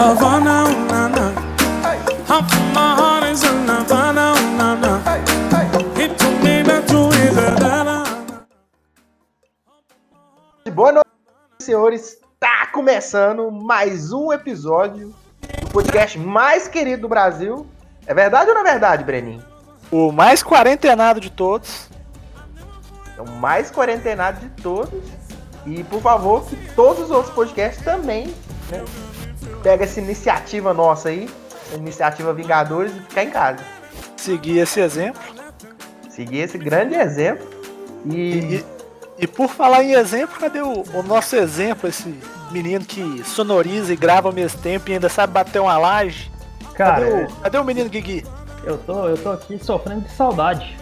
Havana, na na. Half of my heart is in Havana, na na. He took me back to Havana. Boa noite, senhores. Tá começando mais um episódio do podcast mais querido do Brasil. É verdade ou não é verdade, Breninho? O mais quarentenado de todos. É o mais quarentenado de todos. E, por favor, que todos os outros podcasts também, né, pega essa iniciativa nossa aí, a iniciativa Vingadores, e ficar em casa. Seguir esse exemplo. Seguir esse grande exemplo. E por falar em exemplo, cadê o nosso exemplo, esse menino que sonoriza e grava ao mesmo tempo e ainda sabe bater uma laje? Cara, Cadê o menino Guigui? eu tô aqui sofrendo de saudade.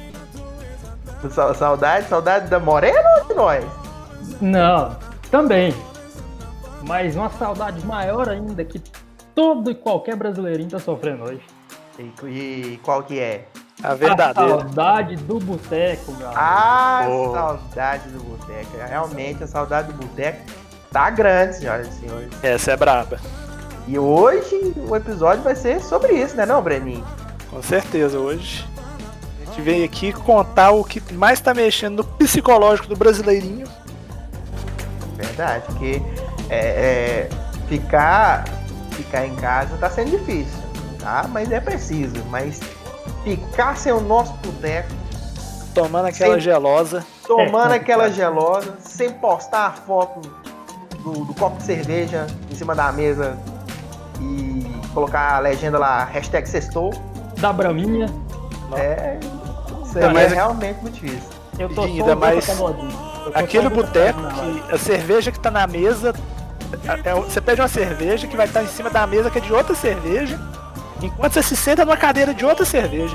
Saudade da Morena ou de nós? Não, também. Mas uma saudade maior ainda que todo e qualquer brasileirinho tá sofrendo hoje. E qual que é? A verdadeira. A saudade do boteco, meu amigo. A saudade do boteco. Realmente a saudade do boteco tá grande, senhoras e senhores. Essa é braba. E hoje o episódio vai ser sobre isso, né não, Breninho? Com certeza, hoje a gente veio aqui contar o que mais tá mexendo no psicológico do brasileirinho. Verdade, porque ficar em casa tá sendo difícil, tá? Mas é preciso, mas ficar sem o nosso boteco, Tomando aquela gelosa. tomando aquela gelosa, sem postar a foto do copo de cerveja em cima da mesa e colocar a legenda lá, hashtag sextou, Da Braminha, isso aí Mas- é realmente muito difícil. eu tô Ainda só mais pagodinho. Aquele boteco que a cerveja que tá na mesa, você pede uma cerveja que vai estar em cima da mesa que é de outra cerveja, enquanto você se senta numa cadeira de outra cerveja.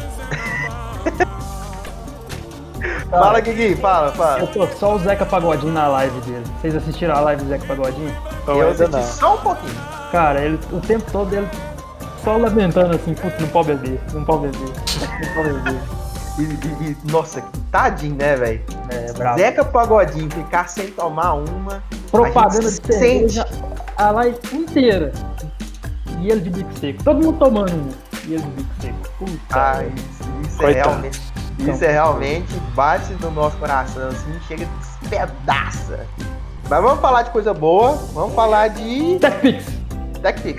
Fala, Guigui, fala. Eu tô só o Zeca Pagodinho na live dele. Vocês assistiram a live do Zeca Pagodinho? Eu ainda assisti só um pouquinho. Cara, ele o tempo todo ele só lamentando assim, putz, não pode beber, não pode beber, não pode beber. Nossa, tadinho, né, velho? É, bravo. Zeca Pagodinho ficar sem tomar uma. Propaganda a de gente cerveja a live inteira. E ele de bico seco. Todo mundo tomando um. E ele de bico seco. Puta. Ai, isso Coitado. é realmente bate no nosso coração, assim, chega despedaça. Mas vamos falar de coisa boa, vamos falar de TechPix. TechPix.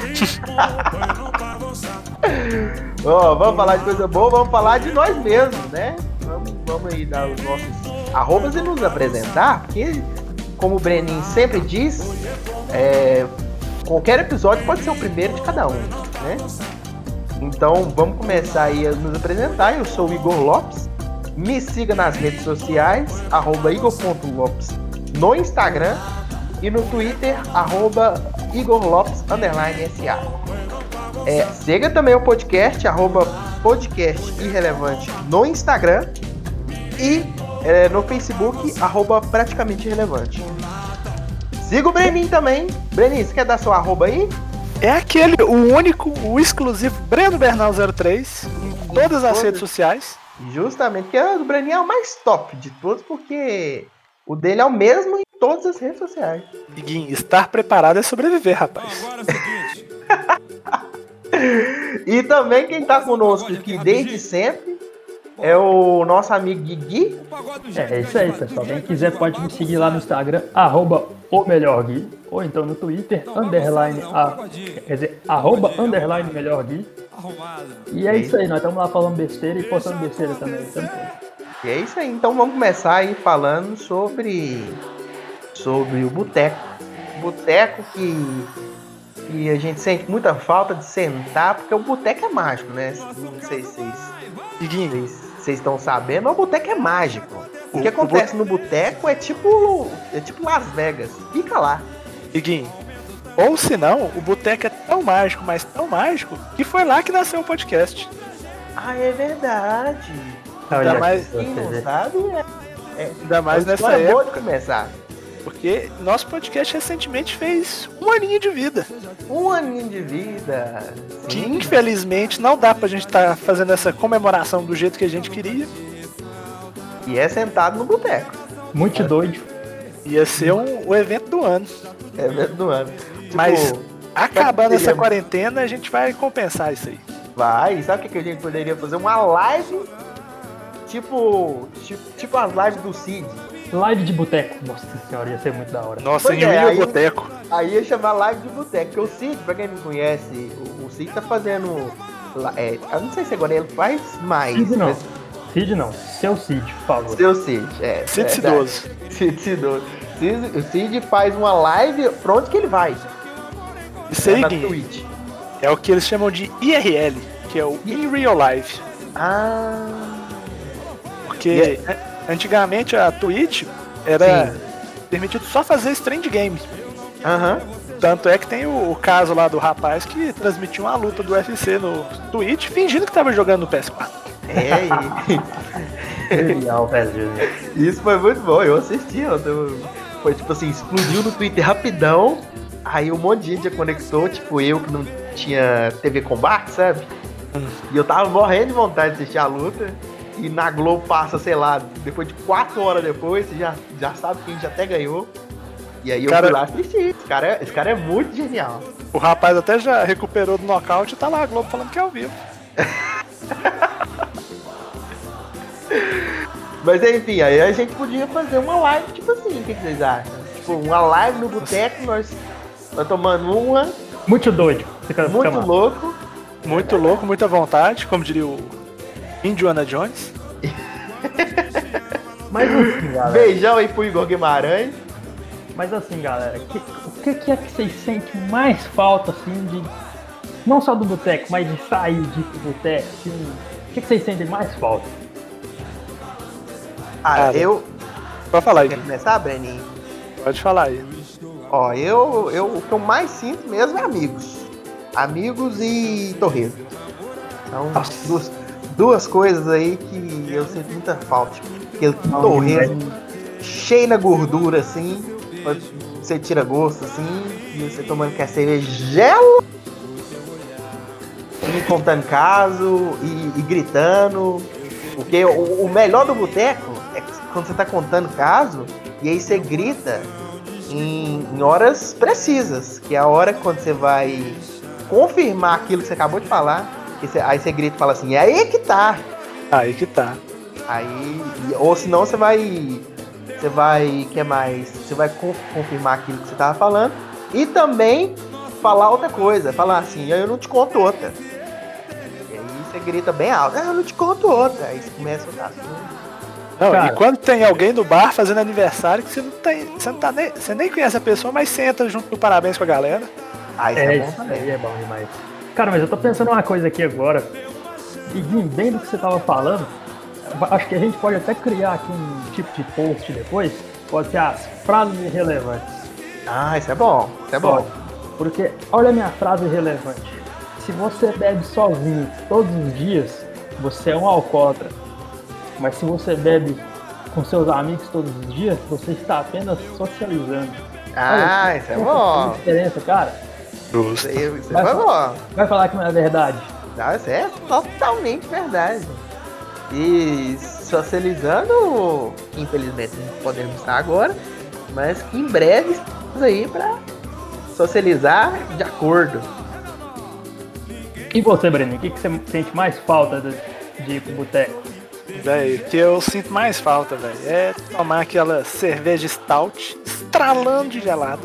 Vamos falar de coisa boa, vamos falar de nós mesmos, né? Vamos aí dar os nossos arrobas e nos apresentar, porque, como o Breninho sempre diz, qualquer episódio pode ser o primeiro de cada um, né? Então vamos começar aí a nos apresentar. Eu sou o Igor Lopes. Me siga nas redes sociais, @igor.lopes no Instagram e no Twitter, @igorlopes_sa. Siga também o podcast, @podcast irrelevante no Instagram e no Facebook, @praticamente irrelevante. Siga o Breninho também. Breninho, você quer dar seu arroba aí? É aquele, o único, o exclusivo Breno Bernal 03 em todas as redes sociais. Justamente, porque o do Breninho é o mais top de todos, porque o dele é o mesmo em todas as redes sociais. Iguinho, estar preparado é sobreviver, rapaz. Agora é o seguinte. E também quem tá conosco aqui desde sempre é o nosso amigo Guigui. É isso aí, pessoal. Quem quiser pode me seguir lá no Instagram, @omelhorgui, ou então no Twitter, @_melhorgui. E é isso aí, nós estamos lá falando besteira e postando besteira também. E é isso aí, então vamos começar aí falando sobre o boteco. Boteco que a gente sente muita falta de sentar, porque o boteco é mágico, né? Não sei se vocês estão sabendo, mas o boteco é mágico. O que acontece no boteco é tipo Las Vegas. Fica lá. Iguinho, ou se não, o boteco é tão mágico, mas tão mágico, que foi lá que nasceu o podcast. Ah, é verdade. Ainda mais, Quem não sabe ainda mais uma nessa história boa de época, começar. porque nosso podcast recentemente fez um aninho de vida. Um aninho de vida. Que Sim. infelizmente não dá pra gente estar fazendo essa comemoração do jeito que a gente queria. E é sentado no boteco. Muito doido. Ia ser o evento do ano. É evento do ano. Tipo, Mas Acabando essa quarentena, a gente vai compensar isso aí. Vai, sabe o que a gente poderia fazer? Uma live tipo as lives do Cid. Live de boteco. Nossa senhora, ia ser muito da hora. Nossa, Pois em é, Rio aí- Boteco. Aí ia chamar live de boteco, porque o Cid, pra quem não conhece, o Cid tá fazendo. Eu não sei se agora ele faz mais. Cid não. mas- Cid não. Seu Cid, por favor. Seu Cid, Cid verdade. Cidoso. Cid Cidoso. O Cid faz uma live, pra onde que ele vai? Isso aí, Na Gui, Twitch. é o que eles chamam de IRL, que é o In Real Life. Ah. Porque antigamente a Twitch era permitido só fazer stream de games. Aham. Tanto é que tem o caso lá do rapaz que transmitiu uma luta do UFC no Twitch fingindo que tava jogando no PS4. Genial, velho. Isso foi muito bom, eu assisti. Foi tipo assim, explodiu no Twitter rapidão. Aí um monte de gente já conectou, tipo eu que não tinha TV Combate, sabe? E eu tava morrendo de vontade de assistir a luta. E na Globo passa, sei lá, depois de 4 horas depois, você já sabe quem já até ganhou. E aí eu Cara- fui lá assistir. Esse cara é muito genial. O rapaz até já recuperou do nocaute e tá lá a Globo falando que é ao vivo. Mas enfim, aí a gente podia fazer uma live, tipo assim, o que vocês acham? Tipo, uma live no boteco, nós tomando uma, Muito doido. Fica muito chamando. louco. Muito louco, muita vontade, como diria o Indiana Jones. Mas assim, galera. Beijão aí pro Igor Guimarães. Mas assim, galera, o que é que vocês sentem mais falta, assim, de. Não só do boteco, mas de sair de boteco, assim. O que vocês sentem mais falta? Cara, Eu. Pode falar aí, Quer começar, Breninho? pode falar aí. Ó, o que eu mais sinto mesmo é amigos. Amigos e torresmo. São duas coisas aí que eu sinto muita falta. Aquele torresmo cheio na gordura, assim. Você tira gosto, assim. E você tomando que a cerveja gela. E contando caso. E gritando. Porque o melhor do boteco é quando você tá contando caso. E aí você grita em horas precisas, que é a hora quando você vai confirmar aquilo que você acabou de falar, aí você grita e fala assim, é aí que tá. Aí que tá. Aí, ou senão você vai, que mais? Você vai confirmar aquilo que você tava falando e também falar outra coisa, falar assim, eu não te conto outra. E aí você grita bem alto, eu não te conto outra. Aí você começa a assunto. Não, Cara. e quando tem alguém no bar fazendo aniversário que você nem conhece a pessoa, mas senta junto no parabéns com a galera. Aí isso é bom Isso também. aí é bom demais. Cara, mas eu tô pensando uma coisa aqui agora. E bem do que você tava falando, acho que a gente pode até criar aqui um tipo de post depois. Pode ser as frases irrelevantes. Ah, isso é bom, isso é bom. Pode. Porque, olha a minha frase relevante. Se você bebe sozinho todos os dias, você é um alcoólatra. Mas se você bebe com seus amigos todos os dias, você está apenas socializando. Ah, Olha, isso é essa bom. diferença, cara. Isso aí foi bom. Vai falar que não é verdade. Não, isso é totalmente verdade. E socializando, infelizmente não podemos estar agora, mas que em breve estamos aí para socializar de acordo. E você, Breno, o que você sente mais falta de ir pro boteco? Véi, o que eu sinto mais falta, velho, é tomar aquela cerveja stout estralando de gelada.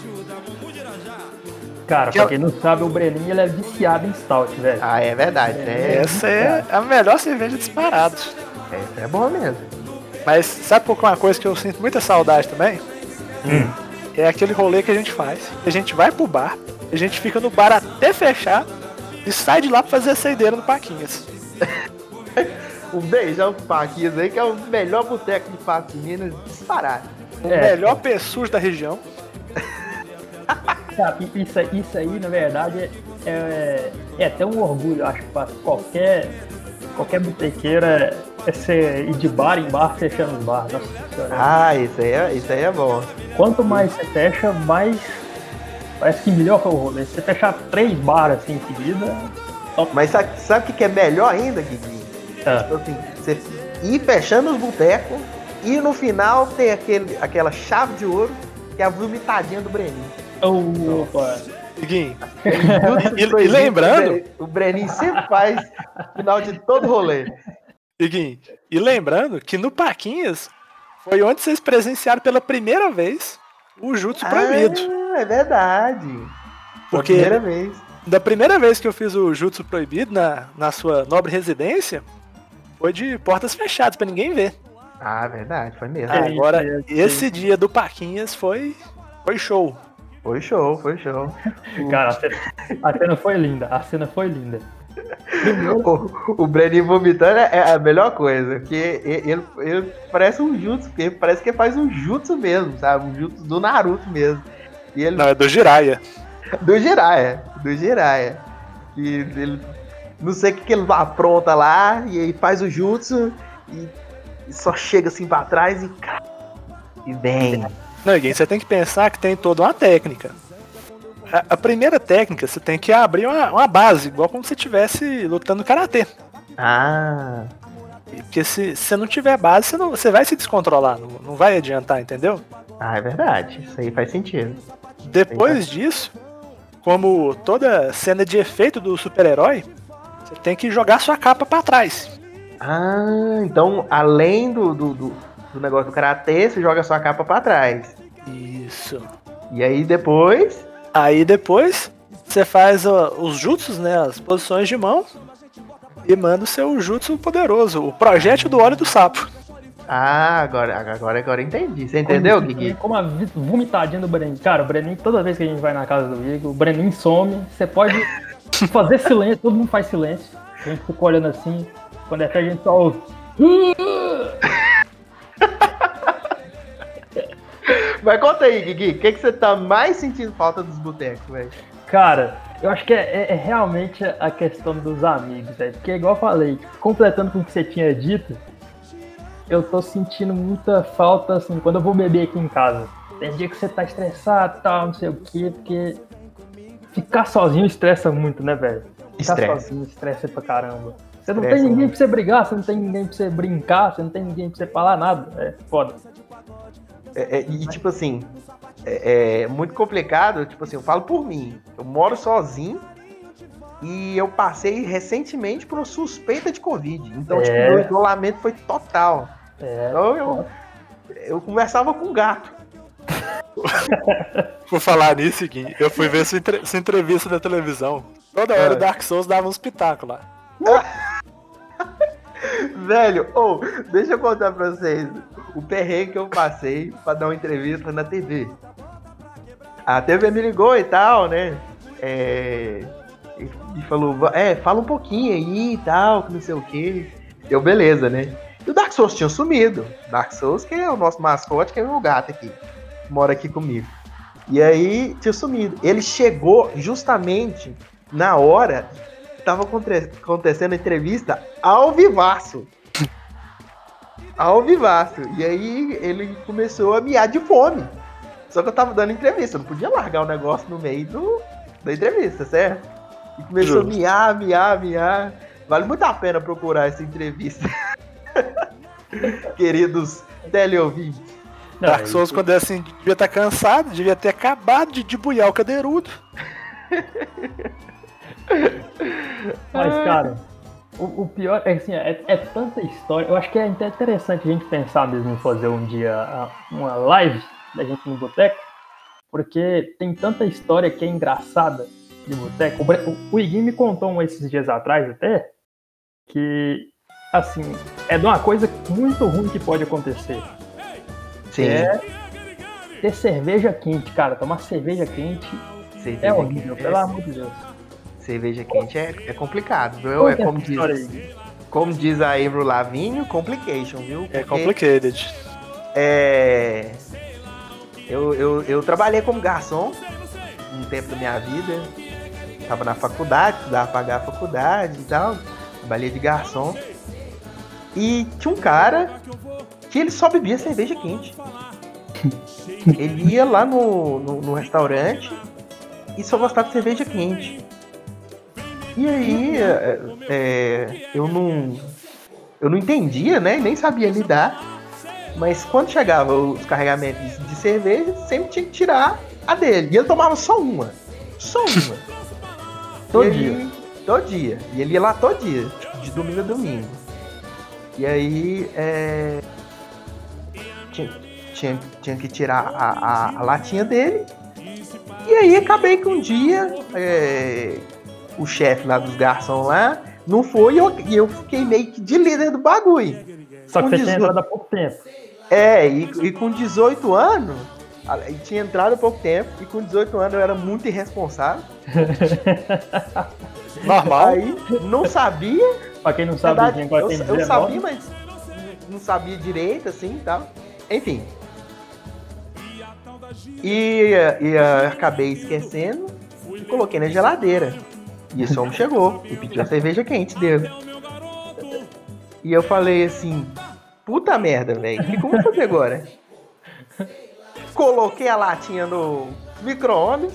Cara, pra quem não sabe, o Breninho ele é viciado em stout, velho. Ah, é verdade. Essa é a melhor cerveja disparada. É bom mesmo. Mas sabe por que uma coisa que eu sinto muita saudade também? É aquele rolê que a gente faz. A gente vai pro bar, a gente fica no bar até fechar e sai de lá pra fazer a saideira no Paquinhas. Um beijão pro Paquinhas aí, que é o melhor boteco de Patos de Minas disparado. O melhor pé sujo da região. Cara, isso aí, na verdade, é até um orgulho, acho, pra qualquer botequeira é ser ir de bar em bar fechando os bar. Nossa senhora. Ah, isso aí é bom. Quanto mais você fecha, mais parece que melhor foi o rolê. Se você fechar 3 bares assim em seguida, top. Mas sabe o que é melhor ainda, Guigui? Tipo assim, você ir fechando os botecos e no final ter aquela chave de ouro que é a vomitadinha do Breninho. Opa. E Seguinte, Jutsu e proibido, lembrando, o Breninho sempre faz final de todo rolê. seguinte, e lembrando que no Paquinhas foi onde vocês presenciaram pela primeira vez o Jutsu proibido. É verdade. Foi a Porque primeira vez. da primeira vez que eu fiz o Jutsu proibido na sua nobre residência, foi de portas fechadas pra ninguém ver. Ah, verdade, foi mesmo. Agora, esse dia do Paquinhas foi show. Foi show, foi show. Cara, a cena foi linda. A cena foi linda. O Breninho vomitando é a melhor coisa, porque ele parece um jutsu, porque parece que ele faz um jutsu mesmo, sabe? Um jutsu do Naruto mesmo. E ele, Não, é do Jiraiya. do Jiraiya. E ele não sei o que ele apronta lá, e aí faz o jutsu e só chega assim pra trás e vem. Não, Iguinho, você tem que pensar que tem toda uma técnica. A primeira técnica, você tem que abrir uma base, igual como se você estivesse lutando karatê. Ah, Porque se você não tiver base, você vai se descontrolar, não vai adiantar, entendeu? é verdade, isso aí faz sentido. Depois disso, como toda cena de efeito do super-herói, você tem que jogar sua capa pra trás. Ah, então além do negócio do karatê, você joga sua capa pra trás. Isso. E aí depois... Aí depois você faz os jutsus, né, as posições de mão, e manda o seu jutsu poderoso, o projétil do óleo do sapo. Ah, agora entendi. Você entendeu, Gui? Como a vomitadinha do Breninho. Cara, o Breninho, toda vez que a gente vai na casa do Igor, o Breninho some. Você pode fazer silêncio, todo mundo faz silêncio. A gente fica olhando assim, quando até a gente só ouve. Mas conta aí, Gui, o que você tá mais sentindo falta dos botecos, velho? Cara, eu acho que é realmente a questão dos amigos, velho. Porque, igual eu falei, completando com o que você tinha dito, eu tô sentindo muita falta, assim, quando eu vou beber aqui em casa. Tem dia que você tá estressado e tal, não sei o quê, porque ficar sozinho estressa muito, né, velho? Ficar sozinho estressa pra caramba. Você não tem ninguém pra você brigar, você não tem ninguém pra você brincar, você não tem ninguém pra você falar nada. É foda. E tipo assim, é muito complicado, tipo assim, eu falo por mim. Eu moro sozinho e eu passei recentemente por uma suspeita de Covid. Então, tipo, meu isolamento foi total. Então eu conversava com um gato. Por falar nisso, Gui, eu fui ver sua entrevista da televisão. Toda hora o Dark Souls dava uns pitacos lá. Velho, deixa eu contar pra vocês o perrengue que eu passei pra dar uma entrevista na TV. A TV me ligou e tal, né? E falou, fala um pouquinho aí e tal, que não sei o que. Eu, beleza, né? E o Dark Souls tinha sumido. Dark Souls, que é o nosso mascote, que é o meu gato aqui. Mora aqui comigo. E aí, tinha sumido. Ele chegou justamente na hora que tava acontecendo a entrevista ao vivaço. Ao vivaço. E aí, ele começou a miar de fome. Só que eu tava dando entrevista. Eu não podia largar o negócio no meio da entrevista, certo? E começou a miar. Vale muito a pena procurar essa entrevista. Queridos teleouvintes. Dark Souls, quando é assim, devia estar cansado, devia ter acabado de debuiar o cadeirudo. Mas, cara, o pior é assim, é tanta história. Eu acho que é até interessante a gente pensar mesmo em fazer um dia uma live da gente no boteco, porque tem tanta história que é engraçada de boteco. O Iguinho me contou esses dias atrás até, que, assim, é de uma coisa muito ruim que pode acontecer. Sim. É ter cerveja quente, cara. Tomar cerveja quente é horrível, pelo amor de Deus. Cerveja quente é complicado, viu? Como diz a Avril Lavigne, complication, viu? Porque, complicated. Eu trabalhei como garçom um tempo da minha vida. Tava na faculdade, precisava pagar a faculdade e tal. Trabalhei de garçom. E tinha um cara que ele só bebia cerveja quente. Ele ia lá no restaurante e só gostava de cerveja quente. E aí eu não entendia, né? Nem sabia lidar. Mas quando chegava os carregamentos de cerveja, sempre tinha que tirar a dele. E ele tomava só uma. Só uma. Todo dia. Todo dia. E ele ia lá todo dia, tipo, de domingo a domingo. E aí, tinha que tirar a latinha dele. E aí acabei que um dia o chefe lá dos garçons lá não foi e eu fiquei meio que de líder do bagulho. Só que Com você tinha 18 entrado há pouco tempo. e com 18 anos, tinha entrado há pouco tempo, e com 18 anos eu era muito irresponsável. Normal. Aí não sabia. Pra quem não sabe, Verdade, quem tem eu sabia, mas não sabia direito, assim e tal. Enfim. E acabei esquecendo e coloquei na geladeira. E esse homem chegou e pediu a cerveja quente dele. E eu falei assim, puta merda, velho, o que eu vou fazer agora? Coloquei a latinha no micro-ondas.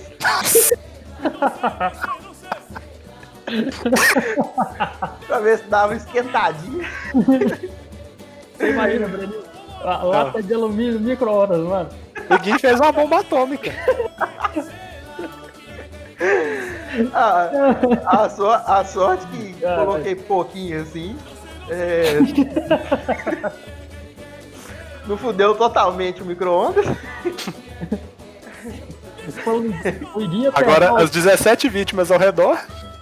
Pra ver se dava uma esquentadinha. Você imagina, Breninho, a lata de alumínio micro-ondas, mano. O Gui fez uma bomba atômica. A sorte que coloquei pouquinho assim. Não fudeu totalmente o micro-ondas. O Iguinha Agora, apertar as 17 vítimas ao redor.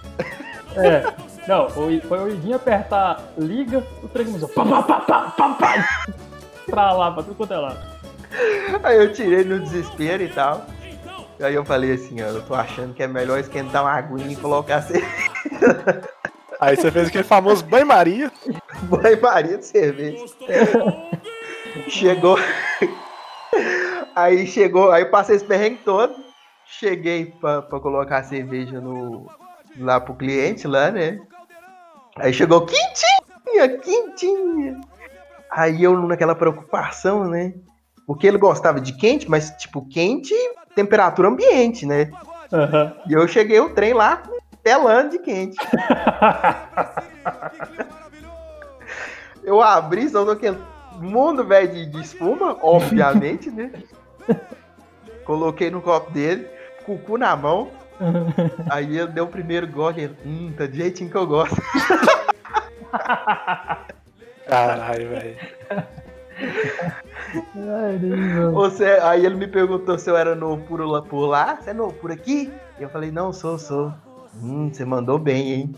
Não, foi o Iguinha apertar liga, o trem começou pá, pra lá, pra tudo quanto é lá. Aí eu tirei no desespero e tal. Aí eu falei assim, ó, eu tô achando que é melhor esquentar uma aguinha e colocar assim. Aí você fez aquele famoso banho-maria. Banho-maria de cerveja. Chegou. Aí eu passei esse perrengue todo. Cheguei pra colocar a cerveja lá pro cliente, lá, né? Aí chegou quentinha. Aí eu naquela preocupação, né? Porque ele gostava de quente, mas tipo, quente, temperatura ambiente, né? Uhum. E eu cheguei o trem lá, pelando de quente. Eu abri, só aquele mundo, velho, de espuma, obviamente, né? Coloquei no copo dele, com o cu na mão. Aí ele deu o primeiro gole e ele, tá do jeitinho que eu gosto. Caralho, velho. Aí ele me perguntou se eu era novo por lá. Você é novo por aqui? E eu falei, não, sou. Você mandou bem, hein?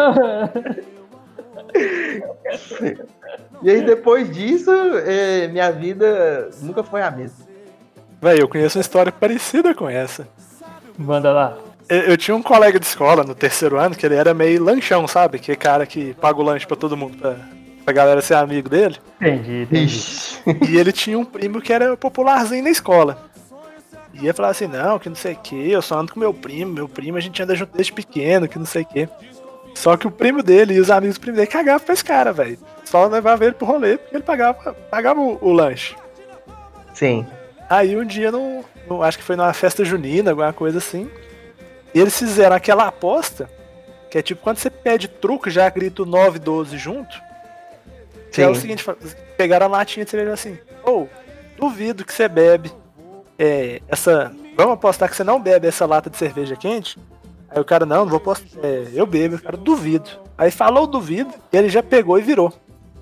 E aí depois disso, minha vida nunca foi a mesma. Velho, eu conheço uma história parecida com essa. Manda lá. Eu tinha um colega de escola no terceiro ano que ele era meio lanchão, sabe? Que cara que paga o lanche pra todo mundo, pra galera ser amigo dele. Entendi. E ele tinha um primo que era popularzinho na escola. E ia falar assim, não, que não sei o que, eu só ando com meu primo a gente anda junto desde pequeno, que não sei o que. Só que o primo dele e os amigos do primo dele cagavam pra esse cara, velho. Só levava ele pro rolê porque ele pagava o lanche. Sim. Aí um dia, acho que foi numa festa junina, alguma coisa assim, e eles fizeram aquela aposta, que é tipo quando você pede truco, já grita o 9, 12 junto. Que Sim. é o seguinte, pegaram a latinha de cerveja assim, duvido que você bebe vamos apostar que você não bebe essa lata de cerveja quente? Aí o cara, não vou apostar, eu bebo, o cara, duvido. Aí falou duvido, e ele já pegou e virou.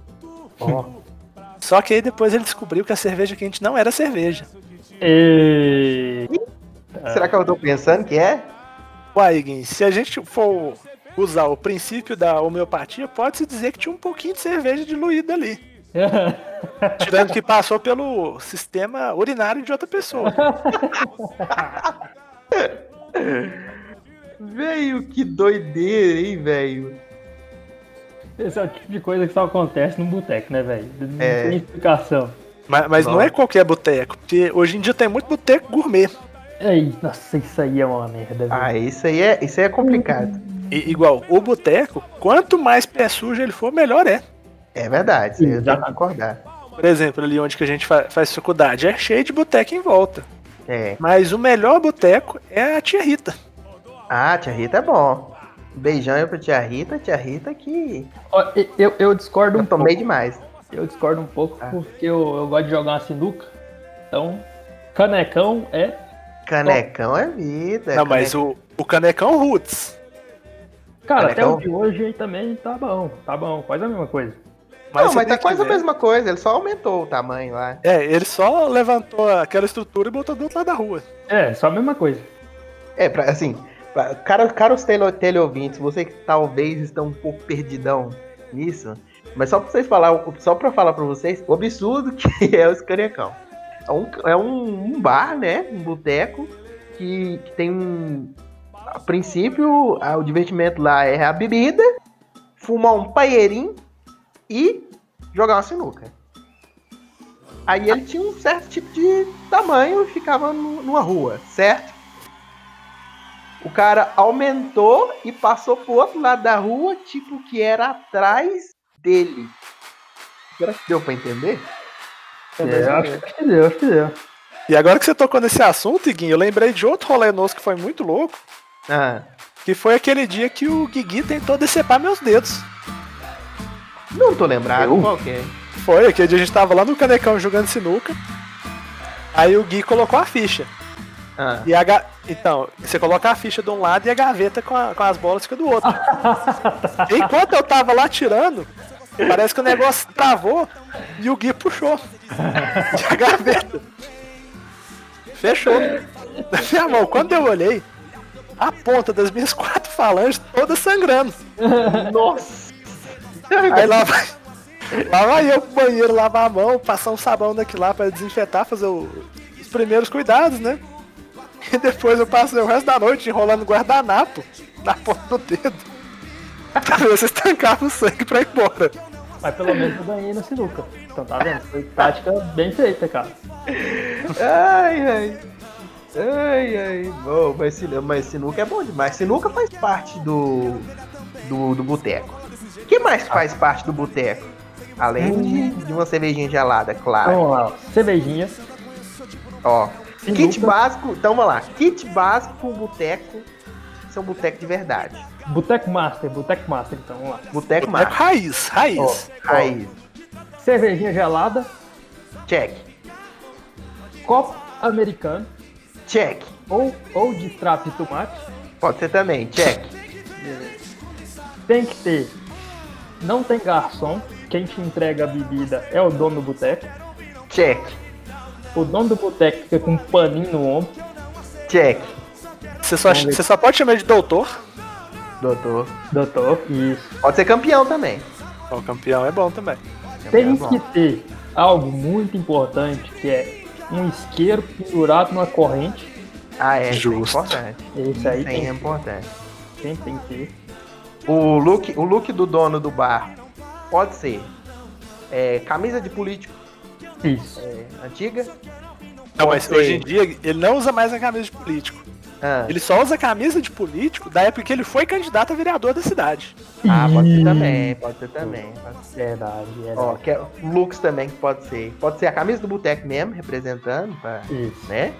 Só que aí depois ele descobriu que a cerveja quente não era cerveja. Será que eu tô pensando que é? Uai, Gui, se a gente for usar o princípio da homeopatia, pode-se dizer que tinha um pouquinho de cerveja diluída ali. Tirando que passou pelo sistema urinário de outra pessoa. Velho, que doideira, hein, velho? Esse é o tipo de coisa que só acontece no boteco, né, velho? Não tem explicação. Mas não é qualquer boteco, porque hoje em dia tem muito boteco gourmet. Nossa, isso aí é uma merda, velho. Ah, isso aí é complicado. E, igual, o boteco, quanto mais pé sujo ele for, melhor é. É verdade, isso aí eu tenho que concordar. Por exemplo, ali onde que a gente faz faculdade, é cheio de boteco em volta. Mas o melhor boteco é a Tia Rita. Ah, Tia Rita é bom. Beijão aí pra Tia Rita que... Ó, eu discordo um pouco. Eu tomei demais. Eu discordo um pouco porque eu gosto de jogar uma sinuca. Então, canecão é... Canecão é vida. Não, mas O Canecão Roots. Cara, Canecão? até o de hoje aí também tá bom, quase a mesma coisa. Não, você mas tem tá que quase a ver. mesma coisa, ele só aumentou o tamanho lá. Ele só levantou aquela estrutura e botou do outro lado da rua. É, só a mesma coisa. Assim, caros teleouvintes, você que talvez estão um pouco perdidão nisso, mas só pra vocês só pra falar pra vocês o absurdo que é o Canecão. É um bar, né? Um boteco que tem a princípio, o divertimento lá é a bebida, fumar um paeirinho e jogar uma sinuca. Aí ele tinha um certo tipo de tamanho e ficava numa rua, certo? O cara aumentou e passou pro outro lado da rua, tipo que era atrás dele. Será que deu pra entender? Acho que deu. E agora que você tocou nesse assunto, Iguinho, eu lembrei de outro rolê nosso que foi muito louco, Ah, que foi aquele dia que o Guigui tentou decepar meus dedos. não tô lembrado. Qual que é? Foi, aquele dia a gente tava lá no Canecão jogando sinuca, aí o Gui colocou a ficha. Ah. Então, você coloca a ficha de um lado e a gaveta com as bolas fica do outro. Enquanto eu tava lá tirando, parece que o negócio travou e o Gui puxou. E a gaveta fechou na minha mão. Quando eu olhei, a ponta das minhas 4 falanges todas sangrando. Nossa! Aí lá vai eu pro banheiro lavar a mão, passar um sabão daquilo lá pra desinfetar, fazer os primeiros cuidados, né? E depois eu passei o resto da noite enrolando guardanapo na ponta do dedo pra ver se estancava o sangue pra ir embora. Mas pelo menos eu ganhei na sinuca. Então tá vendo? Foi tática bem feita, cara. Ai. Bom, mas sinuca é bom demais. Sinuca faz parte do boteco. O que mais faz parte do boteco? Além de uma cervejinha gelada, claro. Vamos lá, cervejinha. Ó, Sinuca. kit básico. Então vamos lá. Kit básico pro boteco. Isso é um boteco de verdade. Boteco Master, então vamos lá. Boteco É mágico. raiz. Ó, Raiz. cervejinha gelada, Check. copo americano, Check. ou de extrato de tomate. Pode ser também. Check. Tem que ter. Não tem garçom. Quem te entrega a bebida é o dono do boteco. Check. O dono do boteco fica com um paninho no ombro. Check. Você só pode chamar de doutor. Doutor. Doutor. Isso. Pode ser campeão também. O campeão é bom também. Tem Campeão é que bom. ter algo muito importante, que é um isqueiro pendurado numa corrente. Ah, é. Isso é Justo. importante. Esse aí Isso aí é importante. tem que ter. O look do dono do bar pode ser camisa de político Isso. antiga. Não, Pode mas ser. hoje em dia ele não usa mais a camisa de político. Ah, Ele só usa a camisa de político da época que ele foi candidato a vereador da cidade. pode ser também. Pode ser também. Verdade. Ó, que é looks também que pode ser. Pode ser a camisa do boteco mesmo, representando, Isso. né?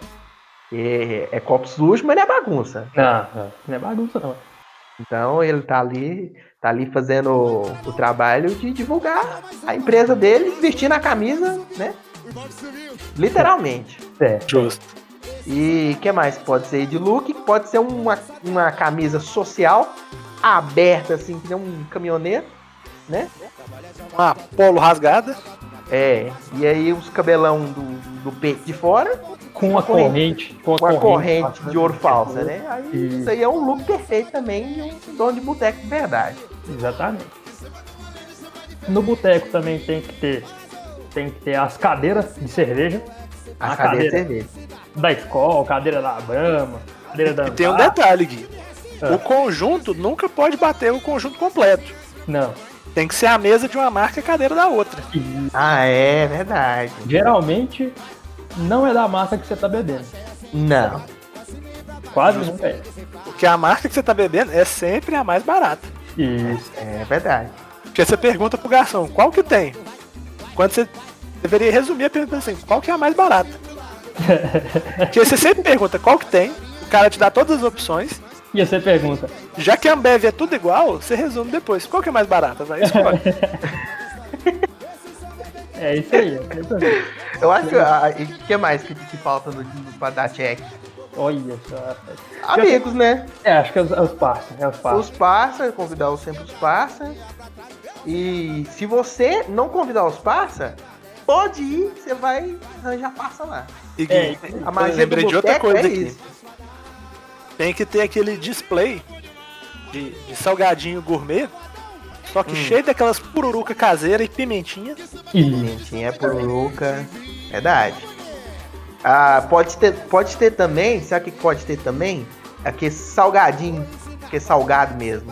É copo sujo, mas não é bagunça. Não é bagunça não. Então ele tá ali fazendo o trabalho de divulgar a empresa dele, vestindo a camisa, né? Literalmente. É. Justo. E o que mais pode ser de look? Pode ser uma camisa social, aberta assim, que nem um caminhoneiro, né? Uma polo rasgada. E aí os cabelão do peito de fora, Com a corrente. com a corrente de ouro falsa, Isso. né? Aí, isso aí é um look perfeito também de um dono de boteco de verdade. Exatamente. No boteco também tem que ter as cadeiras de cerveja. A A cadeira de cadeira. cerveja. Da Skol, cadeira da Brahma, cadeira da E tem um Antártica. detalhe, Gui. Ah. O conjunto nunca pode bater o conjunto completo. Não. Tem que ser a mesa de uma marca e a cadeira da outra. Ah, é verdade. Geralmente não é da marca que você tá bebendo. Não. Quase nunca é. Porque a marca que você tá bebendo é sempre a mais barata. Isso. É verdade. Porque você pergunta pro garçom, qual que tem? Quando você deveria resumir a pergunta assim, qual que é a mais barata? Porque você sempre pergunta qual que tem, o cara te dá todas as opções. E você pergunta, Já que a Ambev é tudo igual, você resume depois. Qual que é mais barata? Vai, escolhe. é isso aí. Eu acho que o que mais que falta pra dar check? Olha só. Amigos, né? Acho que é os parceiros. Os parça, convidar sempre os parça. E se você não convidar os parça, pode ir, você vai arranjar parça lá. E Gui, A magia lembrei do de outra boteco coisa é aqui. isso. Tem que ter aquele display de salgadinho gourmet, só que cheio daquelas pururuca caseira e pimentinha. Pimentinha, pururuca, verdade. Pode ter também, sabe o que pode ter também? Aquele salgadinho, que é salgado mesmo.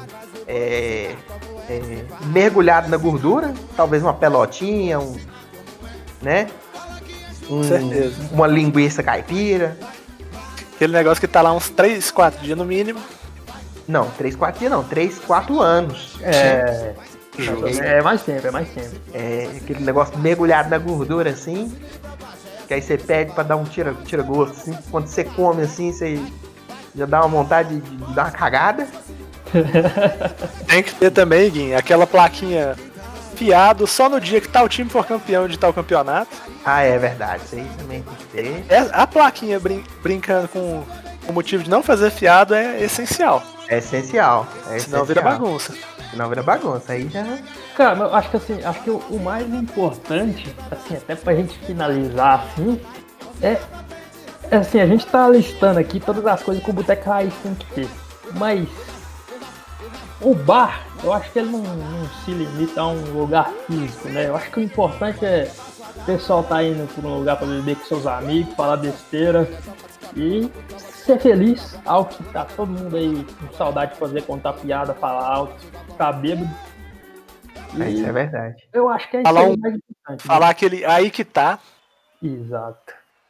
Mergulhado na gordura, talvez uma pelotinha, né? Certeza. Uma linguiça caipira. Aquele negócio que tá lá uns 3, 4 dias no mínimo. Não, 3, 4 dias não, 3, 4 anos. É mais tempo. Aquele negócio mergulhado na gordura assim. Que aí você pede pra dar um tira-gosto, assim. Quando você come assim, você já dá uma vontade de dar uma cagada. Tem que ter também, Gui, aquela plaquinha fiado só no dia que tal time for campeão de tal campeonato. Ah, é verdade, isso aí também tem que ter. A plaquinha brincando com o motivo de não fazer fiado é essencial. É essencial. Senão vira bagunça. Aí já. Cara, eu acho que o mais importante, assim, até pra gente finalizar assim, é assim, a gente tá listando aqui todas as coisas que o Boteco Raiz tem que ter. Mas o bar, eu acho que ele não se limita a um lugar físico, né? Eu acho que o importante é o pessoal tá indo pra um lugar pra beber com seus amigos, falar besteira e ser feliz, algo que tá todo mundo aí com saudade de fazer, contar piada, falar alto, ficar bêbado. Isso é verdade. Eu acho que é Falar isso mais importante. Falar aquele aí que tá. Exato.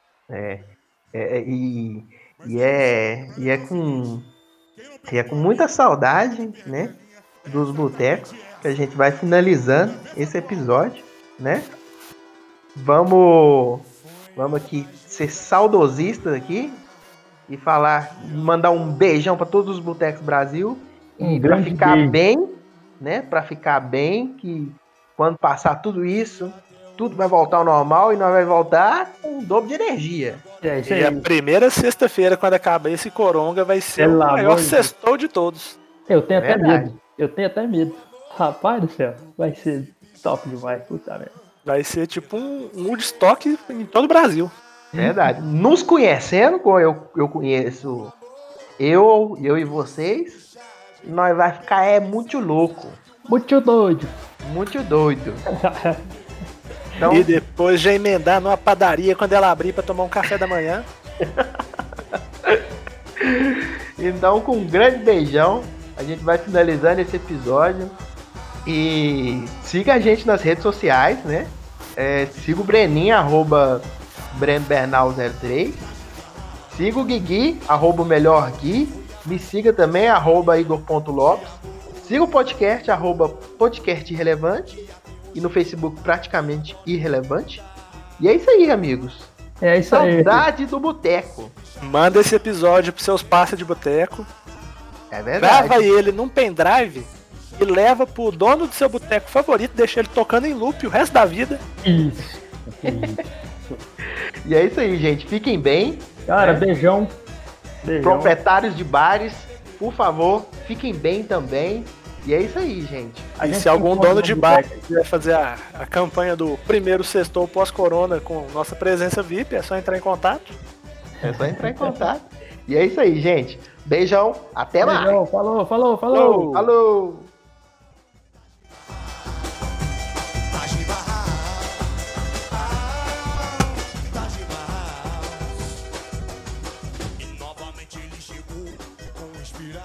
E é com muita saudade, né, dos botecos que a gente vai finalizando esse episódio, né? Vamos aqui ser saudosistas aqui e mandar um beijão para todos os botecos Brasil e para ficar bem, né? Para ficar bem, que quando passar tudo isso, tudo vai voltar ao normal e nós vai voltar com um dobro de energia. É isso E aí. a primeira sexta-feira, quando acabar esse coronga, vai ser o maior sextou de todos. Eu tenho até medo. Rapaz do céu, vai ser top demais, puta merda. Vai ser tipo um Woodstock em todo o Brasil. Verdade. Nos conhecendo, como eu conheço eu e vocês, nós vai ficar muito louco. Muito doido. Muito doido. Então, E depois já emendar numa padaria quando ela abrir pra tomar um café da manhã. então, com um grande beijão, a gente vai finalizando esse episódio. E siga a gente nas redes sociais, né? Siga o Breninho, @BrenoBernal03. Siga o Guigui, @melhorgui. Me siga também, @igor.lopes. Siga o podcast, @podcastirrelevante. E no Facebook, praticamente irrelevante. E é isso aí, amigos. É isso aí. Saudade do boteco. Manda esse episódio pros seus parceiros de boteco. É verdade. Grava ele num pendrive e leva pro dono do seu boteco favorito, deixa ele tocando em loop o resto da vida. Isso. E é isso aí, gente. Fiquem bem. Cara, beijão. Proprietários de bares, por favor, fiquem bem também. E é isso aí, gente. E se algum dono de bar quiser fazer a campanha do primeiro sextou pós-corona com nossa presença VIP, é só entrar em contato. E é isso aí, gente. Beijão. Até mais. Falou. Falou.